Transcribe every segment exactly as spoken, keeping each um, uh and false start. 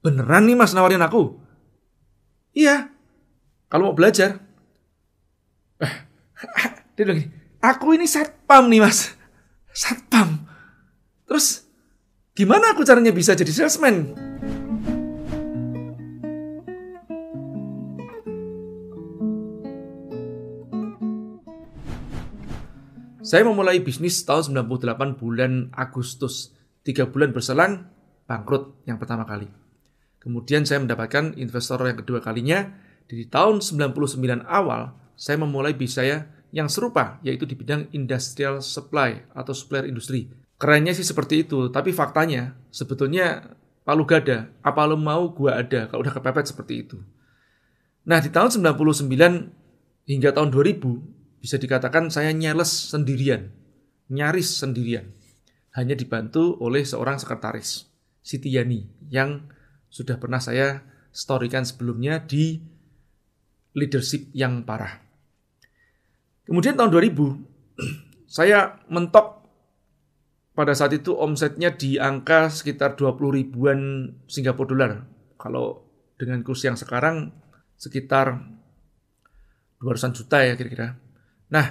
beneran nih mas nawarin aku? Iya, kalau mau belajar. Eh, dia bilang gini, aku ini satpam nih mas, satpam. Terus gimana aku caranya bisa jadi salesman? Saya memulai bisnis tahun sembilan puluh delapan bulan Agustus. Tiga bulan berselang, bangkrut yang pertama kali. Kemudian saya mendapatkan investor yang kedua kalinya. Di tahun sembilan puluh sembilan awal, saya memulai bisnis saya yang serupa, yaitu di bidang industrial supply atau supplier industri. Kerennya sih seperti itu, tapi faktanya sebetulnya palu gada. Apa lo mau gua ada kalau udah kepepet seperti itu. Nah, di tahun sembilan puluh sembilan hingga tahun dua ribu, bisa dikatakan saya nyales sendirian, nyaris sendirian. Hanya dibantu oleh seorang sekretaris, Siti Yani, yang sudah pernah saya storykan sebelumnya di leadership yang parah. Kemudian tahun dua ribu, saya mentok pada saat itu omsetnya di angka sekitar dua puluh ribuan Singapura dolar. Kalau dengan kurs yang sekarang sekitar dua ratusan juta ya kira-kira. Nah,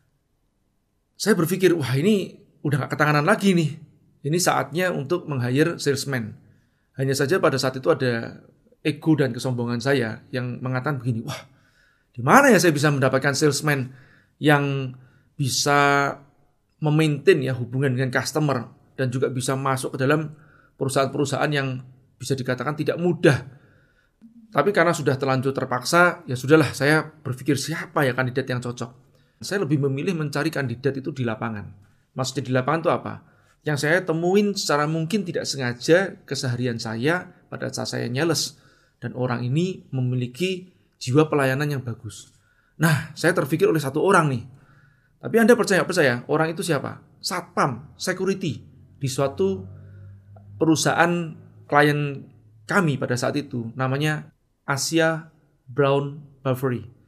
saya berpikir, wah ini udah gak ketanganan lagi nih. Ini saatnya untuk meng-hire salesman. Hanya saja pada saat itu ada ego dan kesombongan saya yang mengatakan begini, wah, di mana ya saya bisa mendapatkan salesman yang bisa memaintain ya hubungan dengan customer dan juga bisa masuk ke dalam perusahaan-perusahaan yang bisa dikatakan tidak mudah. Tapi karena sudah terlanjur terpaksa, ya sudahlah, saya berpikir siapa ya kandidat yang cocok. Saya lebih memilih mencari kandidat itu di lapangan. Maksudnya di lapangan itu apa? Yang saya temuin secara mungkin tidak sengaja keseharian saya pada saat saya nyales. Dan orang ini memiliki jiwa pelayanan yang bagus. Nah, saya terpikir oleh satu orang nih. Tapi Anda percaya-percaya, orang itu siapa? Satpam, security di suatu perusahaan klien kami pada saat itu. Namanya Asia Brown Boveri.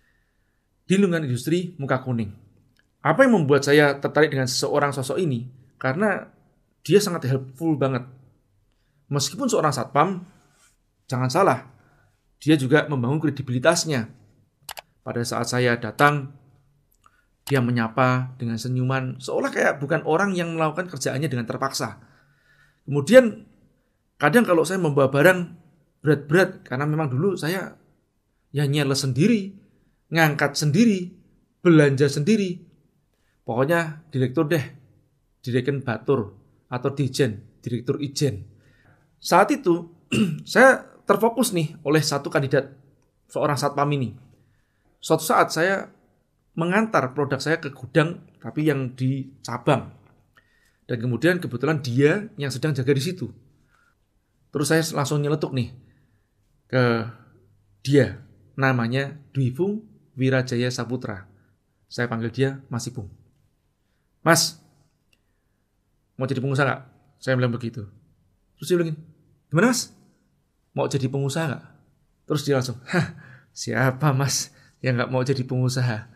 Di lingkungan industri muka kuning. Apa yang membuat saya tertarik dengan seseorang sosok ini? Karena dia sangat helpful banget. Meskipun seorang satpam, jangan salah, dia juga membangun kredibilitasnya. Pada saat saya datang, dia menyapa dengan senyuman, seolah kayak bukan orang yang melakukan kerjaannya dengan terpaksa. Kemudian, kadang kalau saya membawa barang berat-berat, karena memang dulu saya ya nyales sendiri, ngangkat sendiri, belanja sendiri. Pokoknya direktur deh, direken batur atau dijen, direktur ijen. Saat itu saya terfokus nih oleh satu kandidat, seorang satpam ini. Suatu saat saya mengantar produk saya ke gudang, tapi yang di cabang. Dan kemudian kebetulan dia yang sedang jaga di situ. Terus saya langsung nyeletuk nih ke dia, namanya Dwi Fung Wirajaya Saputra. Saya panggil dia Mas Ipung. Mas, mau jadi pengusaha gak? Saya bilang begitu. Terus dia bilang, gimana mas? Mau jadi pengusaha gak? Terus dia langsung, hah, siapa mas yang gak mau jadi pengusaha?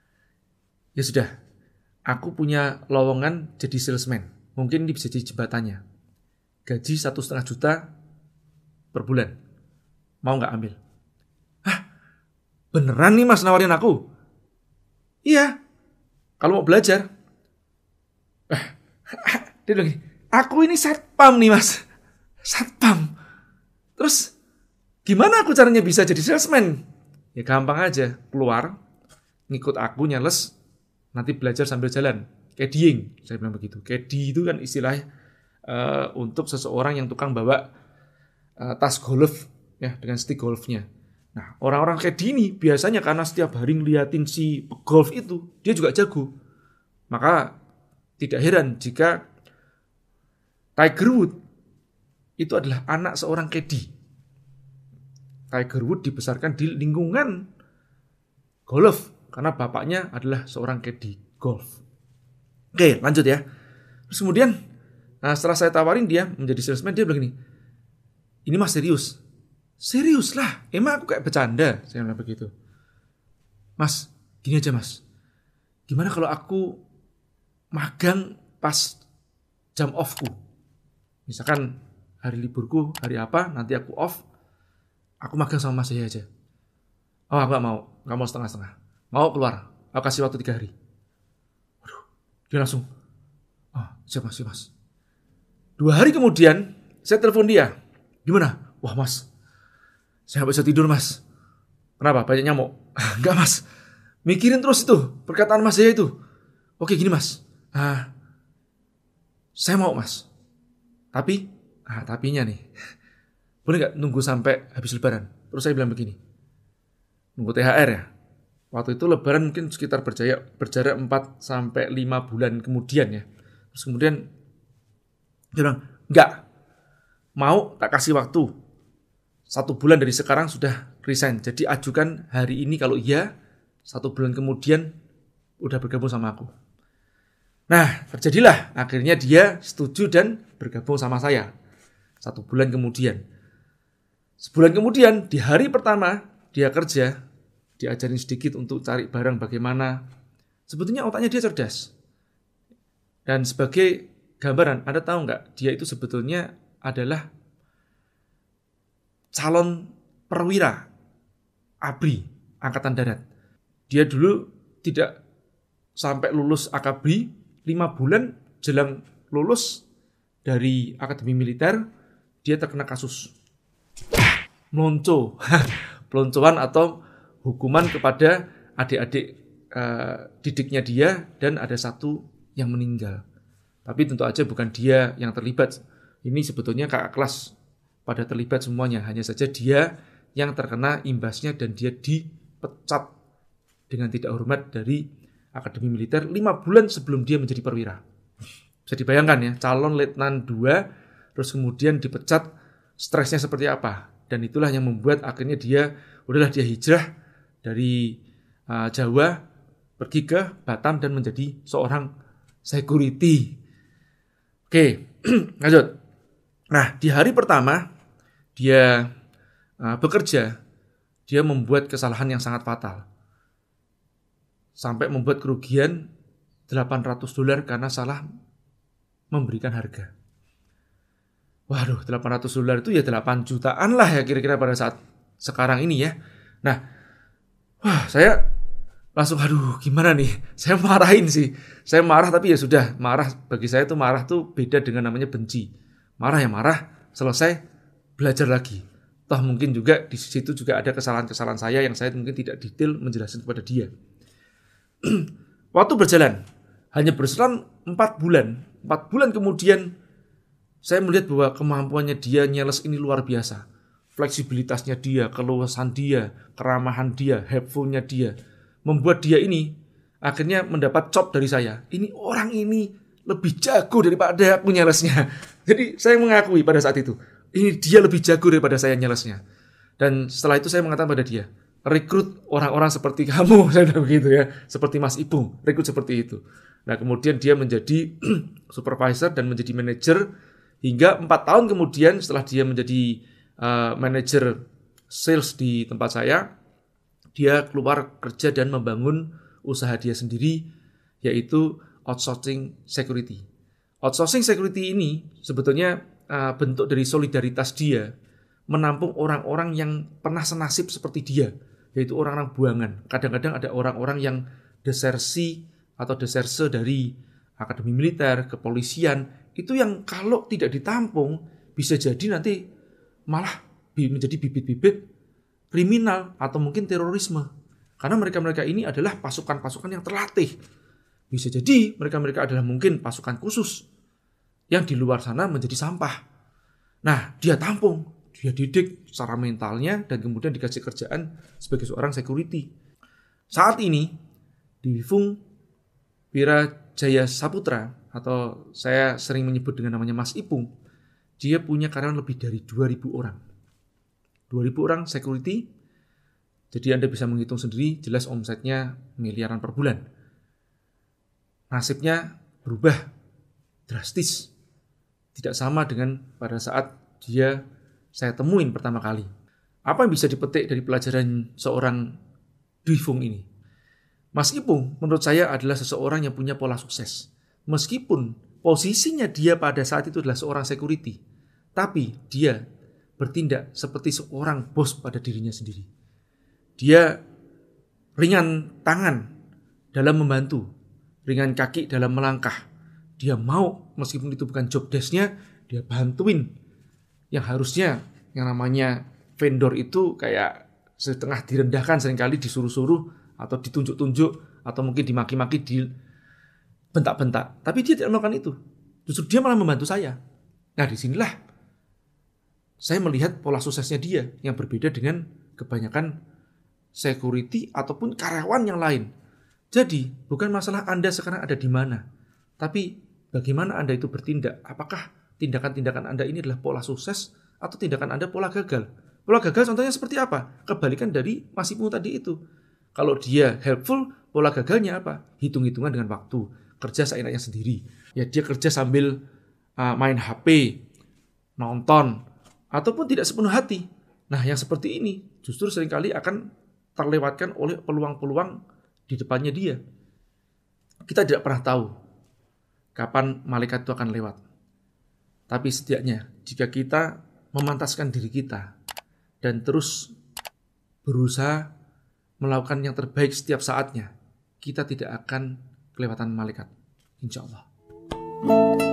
Ya sudah, aku punya lowongan jadi salesman. Mungkin ini bisa jadi jembatannya. Gaji satu setengah juta per bulan. Mau gak ambil? Beneran nih mas nawarin aku? Iya, kalau mau belajar. Eh, dia bilang gini, aku ini satpam nih mas, satpam. Terus gimana aku caranya bisa jadi salesman? Ya gampang aja, keluar, ngikut aku nyales, nanti belajar sambil jalan. Caddying, saya bilang begitu. Caddy itu kan istilah uh, untuk seseorang yang tukang bawa uh, tas golf ya dengan stick golfnya. Nah, orang-orang kayak gini biasanya karena setiap hari ngeliatin si golf itu, dia juga jago. Maka tidak heran jika Tiger Woods itu adalah anak seorang caddy. Tiger Woods dibesarkan di lingkungan golf karena bapaknya adalah seorang caddy golf. Oke, lanjut ya. Terus kemudian, nah setelah saya tawarin dia menjadi salesman, dia bilang gini, ini mas serius. Serius lah, emang aku kayak bercanda? Saya bilang begitu. Mas, gini aja mas, gimana kalau aku magang pas jam off-ku? Misalkan hari liburku, hari apa, nanti aku off, aku magang sama Mas Jaya aja. Oh, aku gak mau, gak mau setengah-setengah. Mau keluar, aku kasih waktu tiga hari. Waduh, dia langsung, oh, siap mas, siap mas. Dua hari kemudian, saya telepon dia. Gimana? Wah mas, saya gak bisa tidur mas. Kenapa? Banyak nyamuk? Enggak mas, mikirin terus itu, perkataan Mas Jaya itu. Oke gini mas, ah, saya mau mas. Tapi, ah tapinya nih, boleh gak nunggu sampai habis lebaran? Terus saya bilang begini, nunggu T H R ya. Waktu itu lebaran mungkin sekitar berjarak berjarak empat sampai lima bulan kemudian ya. Terus kemudian dia bilang, "Enggak. Mau tak kasih waktu. Satu bulan dari sekarang sudah resign. Jadi ajukan hari ini kalau iya, satu bulan kemudian udah bergabung sama aku." Nah, terjadilah akhirnya dia setuju dan bergabung sama saya. Satu bulan kemudian. Sebulan kemudian di hari pertama dia kerja, diajarin sedikit untuk cari barang bagaimana. Sebetulnya otaknya dia cerdas. Dan sebagai gambaran, Anda tahu nggak, dia itu sebetulnya adalah calon perwira A B R I, Angkatan Darat. Dia dulu tidak sampai lulus A K B R I, lima bulan jelang lulus dari Akademi Militer, dia terkena kasus melonco, peloncoan atau hukuman kepada adik-adik uh, didiknya dia, dan ada satu yang meninggal. Tapi tentu aja bukan dia yang terlibat. Ini sebetulnya kakak kelas pada terlibat semuanya. Hanya saja dia yang terkena imbasnya dan dia dipecat dengan tidak hormat dari Akademi Militer lima bulan sebelum dia menjadi perwira. Bisa dibayangkan ya, calon letnan dua terus kemudian dipecat, stresnya seperti apa. Dan itulah yang membuat akhirnya dia, udahlah dia hijrah dari uh, Jawa pergi ke Batam dan menjadi seorang security. Oke, lanjut. Nah, di hari pertama dia uh, bekerja, dia membuat kesalahan yang sangat fatal. Sampai membuat kerugian delapan ratus dolar karena salah memberikan harga. Waduh, delapan ratus dolar itu ya delapan jutaan lah ya kira-kira pada saat sekarang ini ya. Nah, wah saya langsung aduh gimana nih. Saya marahin sih. Saya marah tapi ya sudah. Marah bagi saya itu marah tuh beda dengan namanya benci. Marah ya marah, selesai belajar lagi. Toh mungkin juga di situ juga ada kesalahan-kesalahan saya yang saya mungkin tidak detail menjelaskan kepada dia. Waktu berjalan, hanya berselang empat bulan. empat bulan kemudian saya melihat bahwa kemampuannya dia nyeles ini luar biasa. Fleksibilitasnya dia, keluasan dia, keramahan dia, helpfulnya dia, membuat dia ini akhirnya mendapat cop dari saya. Ini orang ini lebih jago daripada aku nyelesnya. Jadi saya mengakui pada saat itu, ini dia lebih jago daripada saya nyelesnya. Dan setelah itu saya mengatakan pada dia, rekrut orang-orang seperti kamu, saya bilang begitu ya, seperti Mas Ipung, rekrut seperti itu. Nah kemudian dia menjadi supervisor dan menjadi manajer. Hingga empat tahun kemudian setelah dia menjadi uh, manajer sales di tempat saya, dia keluar kerja dan membangun usaha dia sendiri, yaitu outsourcing security. Outsourcing security ini sebetulnya uh, bentuk dari solidaritas dia menampung orang-orang yang pernah senasib seperti dia, yaitu orang-orang buangan. Kadang-kadang ada orang-orang yang desersi atau deserse dari Akademi Militer, kepolisian, itu yang kalau tidak ditampung bisa jadi nanti malah menjadi bibit-bibit kriminal atau mungkin terorisme. Karena mereka-mereka ini adalah pasukan-pasukan yang terlatih. Bisa jadi mereka-mereka adalah mungkin pasukan khusus yang di luar sana menjadi sampah. Nah, dia tampung, dia didik secara mentalnya dan kemudian dikasih kerjaan sebagai seorang security. Saat ini di Wifung Wirajaya Saputra, atau saya sering menyebut dengan namanya Mas Ipung, dia punya karyawan lebih dari dua ribu orang. dua ribu orang security, jadi Anda bisa menghitung sendiri, jelas omsetnya miliaran per bulan. Nasibnya berubah drastis. Tidak sama dengan pada saat dia saya temuin pertama kali. Apa yang bisa dipetik dari pelajaran seorang Dwi Fung ini? Mas Ipung menurut saya adalah seseorang yang punya pola sukses. Meskipun posisinya dia pada saat itu adalah seorang security, tapi dia bertindak seperti seorang bos pada dirinya sendiri. Dia ringan tangan dalam membantu, ringan kaki dalam melangkah. Dia mau, meskipun itu bukan job desk-nya, dia bantuin. Yang harusnya yang namanya vendor itu kayak setengah direndahkan, seringkali disuruh-suruh atau ditunjuk-tunjuk atau mungkin dimaki-maki, dibentak-bentak. Tapi dia tidak melakukan itu. Justru dia malah membantu saya. Nah, disinilah saya melihat pola suksesnya dia yang berbeda dengan kebanyakan security ataupun karyawan yang lain. Jadi, bukan masalah Anda sekarang ada di mana, tapi bagaimana Anda itu bertindak. Apakah tindakan-tindakan Anda ini adalah pola sukses atau tindakan Anda pola gagal? Pola gagal contohnya seperti apa? Kebalikan dari Mas Ipung tadi itu. Kalau dia helpful, pola gagalnya apa? Hitung-hitungan dengan waktu, kerja seenaknya sendiri. Ya dia kerja sambil uh, main H P, nonton, ataupun tidak sepenuh hati. Nah, yang seperti ini justru seringkali akan terlewatkan oleh peluang-peluang di depannya dia. Kita tidak pernah tahu kapan malaikat itu akan lewat. Tapi setidaknya jika kita memantaskan diri kita dan terus berusaha melakukan yang terbaik setiap saatnya, kita tidak akan kelewatan malaikat. Insya Allah.